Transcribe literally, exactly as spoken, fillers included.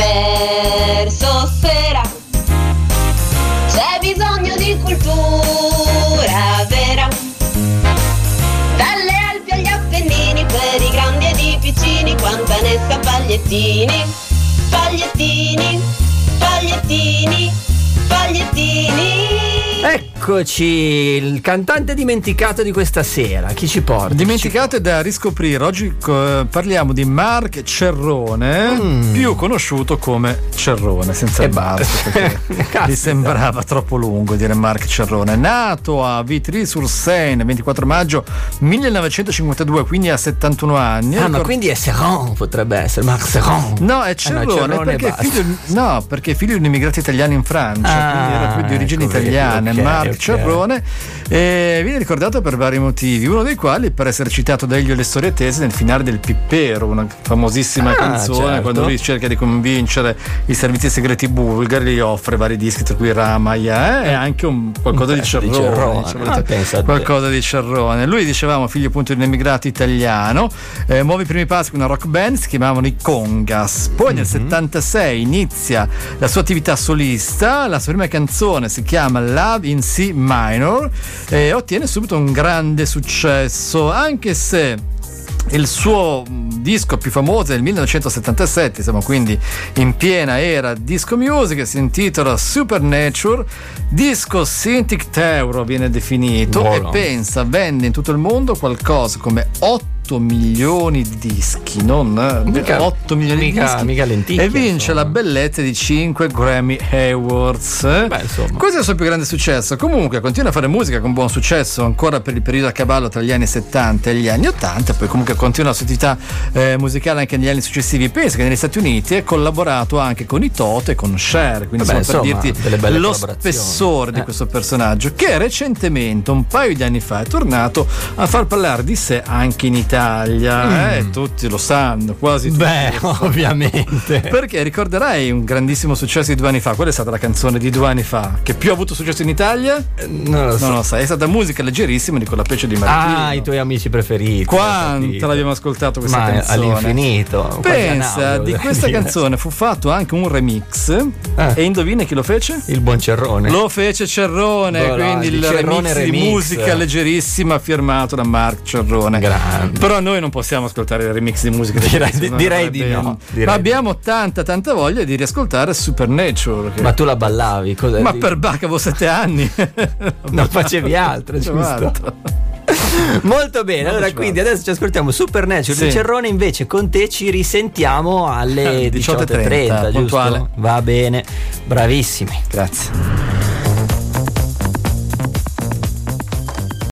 verso sera. C'è bisogno di cultura vera, dalle Alpi agli Appennini, per i grandi ed i piccini, quanta ne sa pagliettini, pagliettini, pagliettini, pagliettini. Eccoci, il cantante dimenticato di questa sera. Chi ci porta? Dimenticato e da riscoprire. Oggi eh, parliamo di Marc Cerrone, mm. più conosciuto come Cerrone, senza il basta, perché gli sembrava troppo lungo dire Marc Cerrone. Nato a Vitry-sur-Seine ventiquattro maggio millenovecentocinquantadue, quindi ha settantuno anni. Ah, Ricord- ma quindi è Serron, potrebbe essere Marc Serron. No, è Cerrone, ah, no, Cerrone perché, figlio, no, perché è figlio di un immigrato italiano in Francia, ah, quindi era più di origini ecco, italiane. Okay, Marc okay. Cerrone, e viene ricordato per vari motivi, uno dei quali per essere citato da Elio Le Storie Tese nel finale del Pippero, una famosissima ah, canzone, certo. quando lui cerca di convincere i servizi segreti bulgari, gli offre vari dischi, tra cui Ramaya, eh, e anche un qualcosa un di Cerrone, di Cerrone diciamo, ah, qualcosa di Cerrone. Lui, dicevamo, figlio appunto di un emigrato italiano, eh, muove i primi passi con una rock band, si chiamavano i Congas. Poi mm-hmm. nel settantasei inizia la sua attività solista, la sua prima canzone si chiama Love in C minor e ottiene subito un grande successo, anche se il suo disco più famoso è del millenovecentosettantasette, siamo quindi in piena era disco music, si intitola Supernature, disco Cintiq Tauro viene definito. Buono. E pensa, vende in tutto il mondo qualcosa come otto milioni di dischi, non mica, otto milioni mica, di dischi, mica lenticchia, e vince insomma. la bellezza di cinque Grammy Awards. Beh, questo è il suo più grande successo. Comunque continua a fare musica con buon successo ancora per il periodo a cavallo tra gli anni settanta e gli anni ottanta, poi comunque continua la sua attività eh, musicale anche negli anni successivi. Pensa che negli Stati Uniti ha collaborato anche con i Toto e con Cher, quindi Vabbè, insomma, per dirti lo spessore eh. di questo personaggio, che recentemente, un paio di anni fa, è tornato a far parlare di sé anche in Italia. Mm. Eh, tutti lo sanno, quasi tutti. Beh, ovviamente. Perché ricorderai un grandissimo successo di due anni fa. Qual è stata la canzone di due anni fa che più ha avuto successo in Italia? Non lo so. Non lo sai, è stata musica leggerissima di Colapeccio di Martino. Ah, i tuoi amici preferiti. Quanto l'abbiamo ascoltato questa Ma canzone? All'infinito. Pensa, di questa canzone fu fatto anche un remix. Eh. E indovina chi lo fece? Il buon Cerrone. Lo fece Cerrone, Boh, quindi il Cerrone remix, remix di musica leggerissima firmato da Marc Cerrone. Grande. Però noi non possiamo ascoltare il remix di musica direi, di, direi di no direi ma abbiamo tanta tanta voglia di riascoltare Supernature che... Ma tu la ballavi? Cos'è? Ma per bacca, avevo sette anni. Non facevi altro, giusto? Molto bene, allora quindi adesso ci ascoltiamo Supernature sì. di Cerrone, invece con te ci risentiamo alle diciotto e trenta, giusto? Puntuale. Va bene, bravissimi, grazie.